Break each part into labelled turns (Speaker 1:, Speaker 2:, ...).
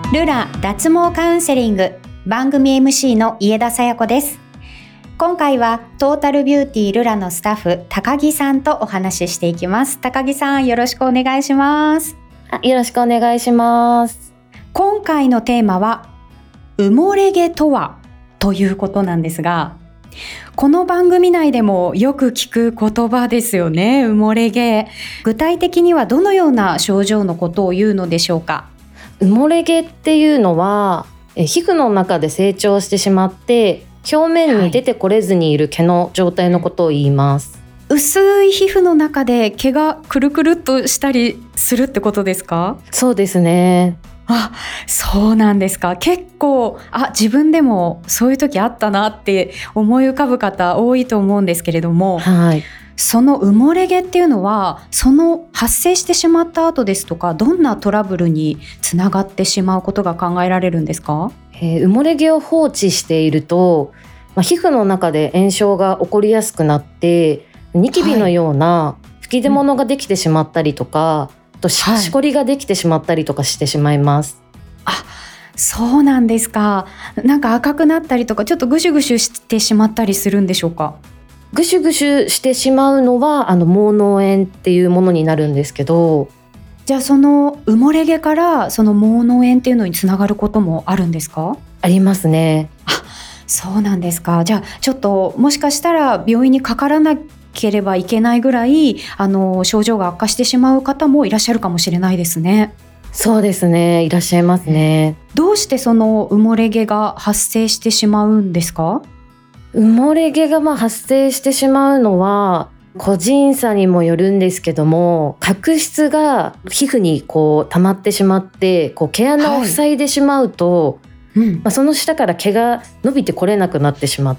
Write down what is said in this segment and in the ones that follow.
Speaker 1: ルラ脱毛カウンセリング番組 MC の家田紗耶子です。今回はトータルビューティールラのスタッフ高木さんとお話ししていきます。高木さん、よろしくお願いします。
Speaker 2: よろしくお願いします。
Speaker 1: 今回のテーマは埋もれ毛とはということなんですが、この番組内でもよく聞く言葉ですよね。埋もれ毛、具体的にはどのような症状のことを言うのでしょうか？
Speaker 2: 埋もれ毛っていうのは皮膚の中で成長してしまって表面に出てこれずにいる毛の状態のことを言います。
Speaker 1: 薄い皮膚の中で毛がくるくるっとしたりするってことですか？
Speaker 2: そうですね。
Speaker 1: そうなんですか。結構自分でもそういう時あったなって思い浮かぶ方多いと思うんですけれども、
Speaker 2: はい、
Speaker 1: その埋もれ毛っていうのはその発生してしまった後ですとか、どんなトラブルにつながってしまうことが考えられるんですか？
Speaker 2: 埋もれ毛を放置していると、皮膚の中で炎症が起こりやすくなってニキビのような吹き出物ができてしまったりとか、しこりができてしまったりとかしてしまいます。
Speaker 1: そうなんですか。なんか赤くなったりとか、ちょっとぐしゅぐしゅしてしまったりするんでしょうか？
Speaker 2: ぐしゅぐしゅしてしまうのは毛嚢炎っていうものになるんですけど、
Speaker 1: じゃあその埋もれ毛からその毛嚢炎っていうのにつながることもあるんですか？
Speaker 2: ありますね。
Speaker 1: そうなんですか。じゃあちょっともしかしたら病院にかからなければいけないぐらい症状が悪化してしまう方もいらっしゃるかもしれないですね。
Speaker 2: そうですね、いらっしゃいますね。
Speaker 1: どうしてその埋もれ毛が発生してしまうんですか？
Speaker 2: 埋もれ毛が発生してしまうのは個人差にもよるんですけども、角質が皮膚に溜まってしまって毛穴を塞いでしまうと、その下から毛が伸びてこれなくなってしまって、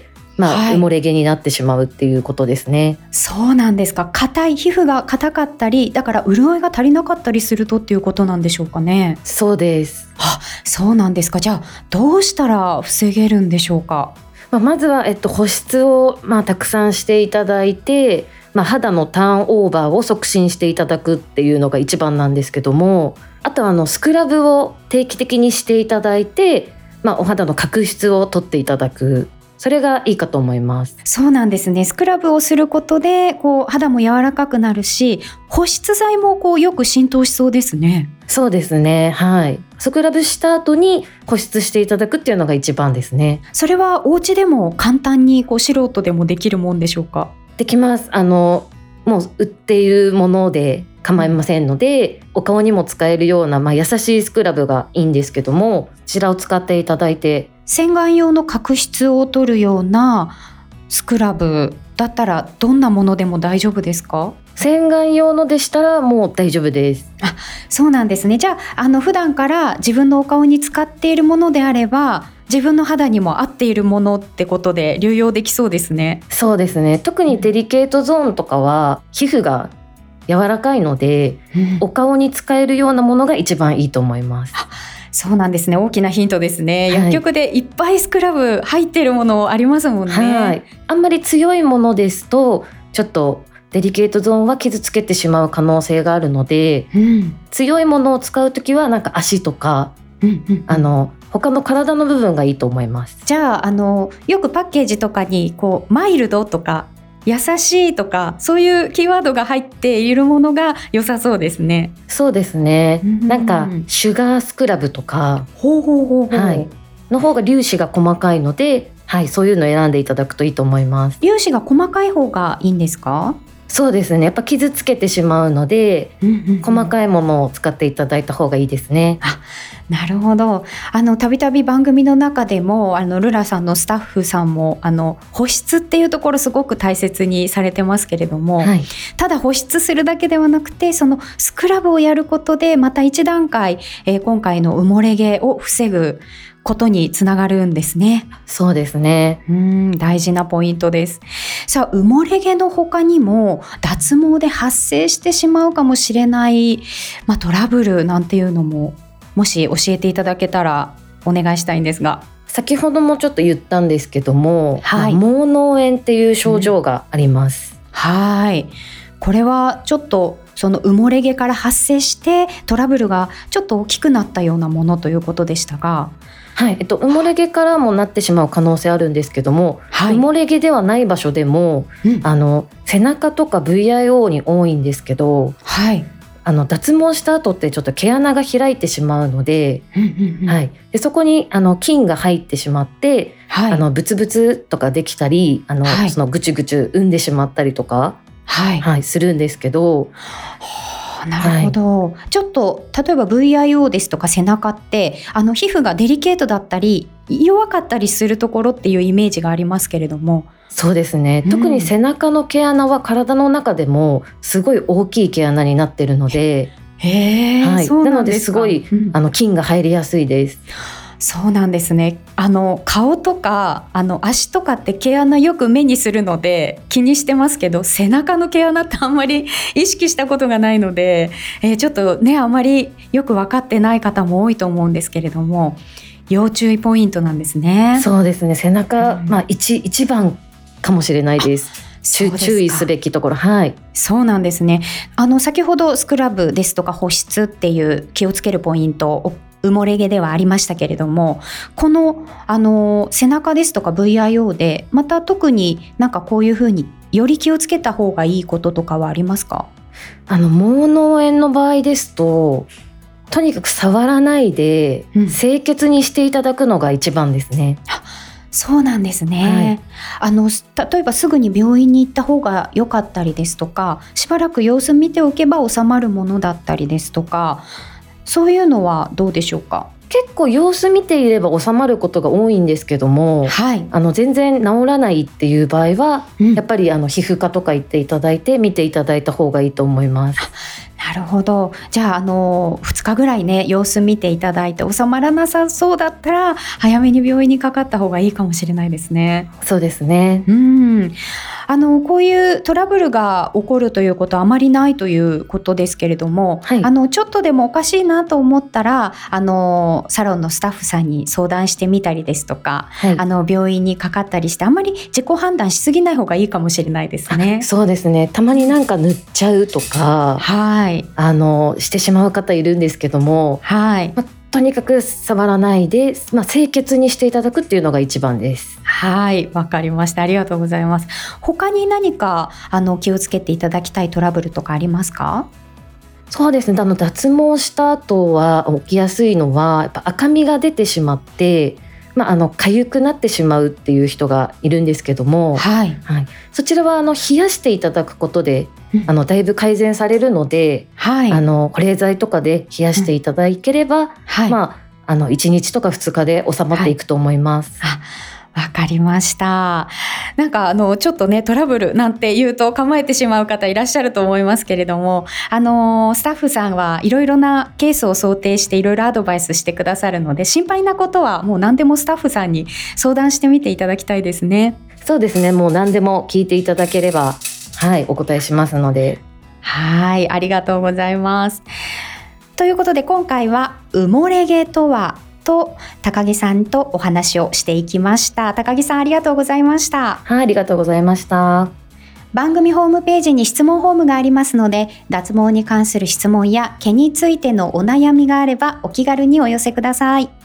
Speaker 2: 埋もれ毛になってしまうっていうことですね。
Speaker 1: そうなんですか。皮膚が硬かったり、だから潤いが足りなかったりするとっていうことなんでしょうかね？
Speaker 2: そうです。
Speaker 1: そうなんですか。じゃあどうしたら防げるんでしょうか？
Speaker 2: まずは、保湿をたくさんしていただいて、肌のターンオーバーを促進していただくっていうのが一番なんですけども、あとはスクラブを定期的にしていただいて、お肌の角質を取っていただく、それがいいかと思います。
Speaker 1: そうなんですね。スクラブをすることで肌も柔らかくなるし、保湿剤もよく浸透しそうですね。
Speaker 2: そうですね、はい。スクラブした後に保湿していただくっていうのが一番ですね。
Speaker 1: それはお家でも簡単に素人でもできるもんでしょうか？
Speaker 2: できます。もう売っているもので構いませんので、お顔にも使えるような、優しいスクラブがいいんですけども、こちらを使っていただいて、
Speaker 1: 洗顔用の角質を取るようなスクラブだったらどんなものでも大丈夫ですか？
Speaker 2: 洗顔用のでしたらもう大丈夫です。
Speaker 1: そうなんですね。じゃあ普段から自分のお顔に使っているものであれば、自分の肌にも合っているものってことで流用できそうですね。
Speaker 2: そうですね。特にデリケートゾーンとかは皮膚が柔らかいので、お顔に使えるようなものが一番いいと思います。
Speaker 1: そうなんですね。大きなヒントですね。薬局でいっぱいスクラブ入ってるものありますもんね。
Speaker 2: あんまり強いものですとちょっとデリケートゾーンは傷つけてしまう可能性があるので、強いものを使うときは足とか、他の体の部分がいいと思います。
Speaker 1: じゃあよくパッケージとかにマイルドとか優しいとか、そういうキーワードが入っているものが良さそうですね。
Speaker 2: そうですね、シュガースクラブとかの方が粒子が細かいので、そういうのを選んでいただくといいと思います。
Speaker 1: 粒子が細かい方がいいんですか？
Speaker 2: そうですね、やっぱ傷つけてしまうので、細かいものを使っていただいた方がいいですね。
Speaker 1: なるほど。たびたび番組の中でもルラさんのスタッフさんも保湿っていうところすごく大切にされてますけれども、ただ保湿するだけではなくて、そのスクラブをやることでまた一段階、今回の埋もれ毛を防ぐことにつながるんですね。
Speaker 2: そうですね。
Speaker 1: 大事なポイントです。さあ、埋もれ毛の他にも脱毛で発生してしまうかもしれない、トラブルなんていうのももし教えていただけたらお願いしたいんですが。
Speaker 2: 先ほどもちょっと言ったんですけども、毛嚢炎っていう症状があります。
Speaker 1: これはちょっとその埋もれ毛から発生してトラブルがちょっと大きくなったようなものということでしたが、
Speaker 2: はい、埋もれ毛からもなってしまう可能性あるんですけども、
Speaker 1: はい、
Speaker 2: 埋もれ毛ではない場所でも、背中とか VIO に多いんですけど、
Speaker 1: はい、
Speaker 2: 脱毛した後ってちょっと毛穴が開いてしまうので、はい、でそこに菌が入ってしまって、はい、ブツブツとかできたりはい、そのぐちゅぐちゅ産んでしまったりとか、はいはい、するんですけど、
Speaker 1: なるほど、はい、ちょっと例えば VIO ですとか背中って皮膚がデリケートだったり弱かったりするところっていうイメージがありますけれども。
Speaker 2: そうですね、特に背中の毛穴は体の中でもすごい大きい毛穴になってるので、はい、なのですごい、菌が入りやすいです。
Speaker 1: そうなんですね。顔とか足とかって毛穴よく目にするので気にしてますけど、背中の毛穴ってあんまり意識したことがないので、ちょっとねあまりよく分かってない方も多いと思うんですけれども、要注意ポイントなんですね。
Speaker 2: そうですね、背中、一番かもしれないです。注意すべきところ、はい、
Speaker 1: そうなんですね。先ほどスクラブですとか保湿っていう気をつけるポイント埋もれ毛ではありましたけれども、この背中ですとか VIO でまた特になんかこういうふうにより気をつけた方がいいこととかはありますか？
Speaker 2: 毛脳炎の場合ですと、とにかく触らないで清潔にしていただくのが一番ですね。
Speaker 1: そうなんですね、はい、例えばすぐに病院に行った方が良かったりですとか、しばらく様子見ておけば収まるものだったりですとか、そういうのはどうでしょうか？
Speaker 2: 結構様子見ていれば収まることが多いんですけども、はい、全然治らないっていう場合は、やっぱり皮膚科とか行っていただいて見ていただいた方がいいと思います。
Speaker 1: なるほど。じゃあ2日ぐらいね様子見ていただいて収まらなさそうだったら早めに病院にかかった方がいいかもしれないですね。
Speaker 2: そうですね。
Speaker 1: こういうトラブルが起こるということはあまりないということですけれども、はい、ちょっとでもおかしいなと思ったらサロンのスタッフさんに相談してみたりですとか、はい、病院にかかったりして、あんまり自己判断しすぎない方がいいかもしれないですね。
Speaker 2: そうですね、たまになんか塗っちゃうとか、はい、してしまう方いるんですけども、はい、とにかく触らないで、清潔にしていただくっていうのが一番です。
Speaker 1: はい、わかりました。ありがとうございます。他に何か気をつけていただきたいトラブルとかありますか？
Speaker 2: そうですね、脱毛した後は起きやすいのはやっぱ赤みが出てしまって、痒くなってしまうっていう人がいるんですけども、はいはい、そちらは冷やしていただくことでだいぶ改善されるので、はい、保冷剤とかで冷やしていただければ、はい、1日とか2日で収まっていくと思います。
Speaker 1: はい、わかりました。なんかちょっとねトラブルなんて言うと構えてしまう方いらっしゃると思いますけれども、スタッフさんはいろいろなケースを想定していろいろアドバイスしてくださるので、心配なことはもう何でもスタッフさんに相談してみていただきたいですね。
Speaker 2: そうですね、もう何でも聞いていただければ、はい、お答えしますので。
Speaker 1: はい、ありがとうございます。ということで今回は埋もれ毛とはと高木さんとお話をしていきました。高木さんありがとうございました。
Speaker 2: はい、ありがとうございました。
Speaker 1: 番組ホームページに質問フォームがありますので、脱毛に関する質問や毛についてのお悩みがあればお気軽にお寄せください。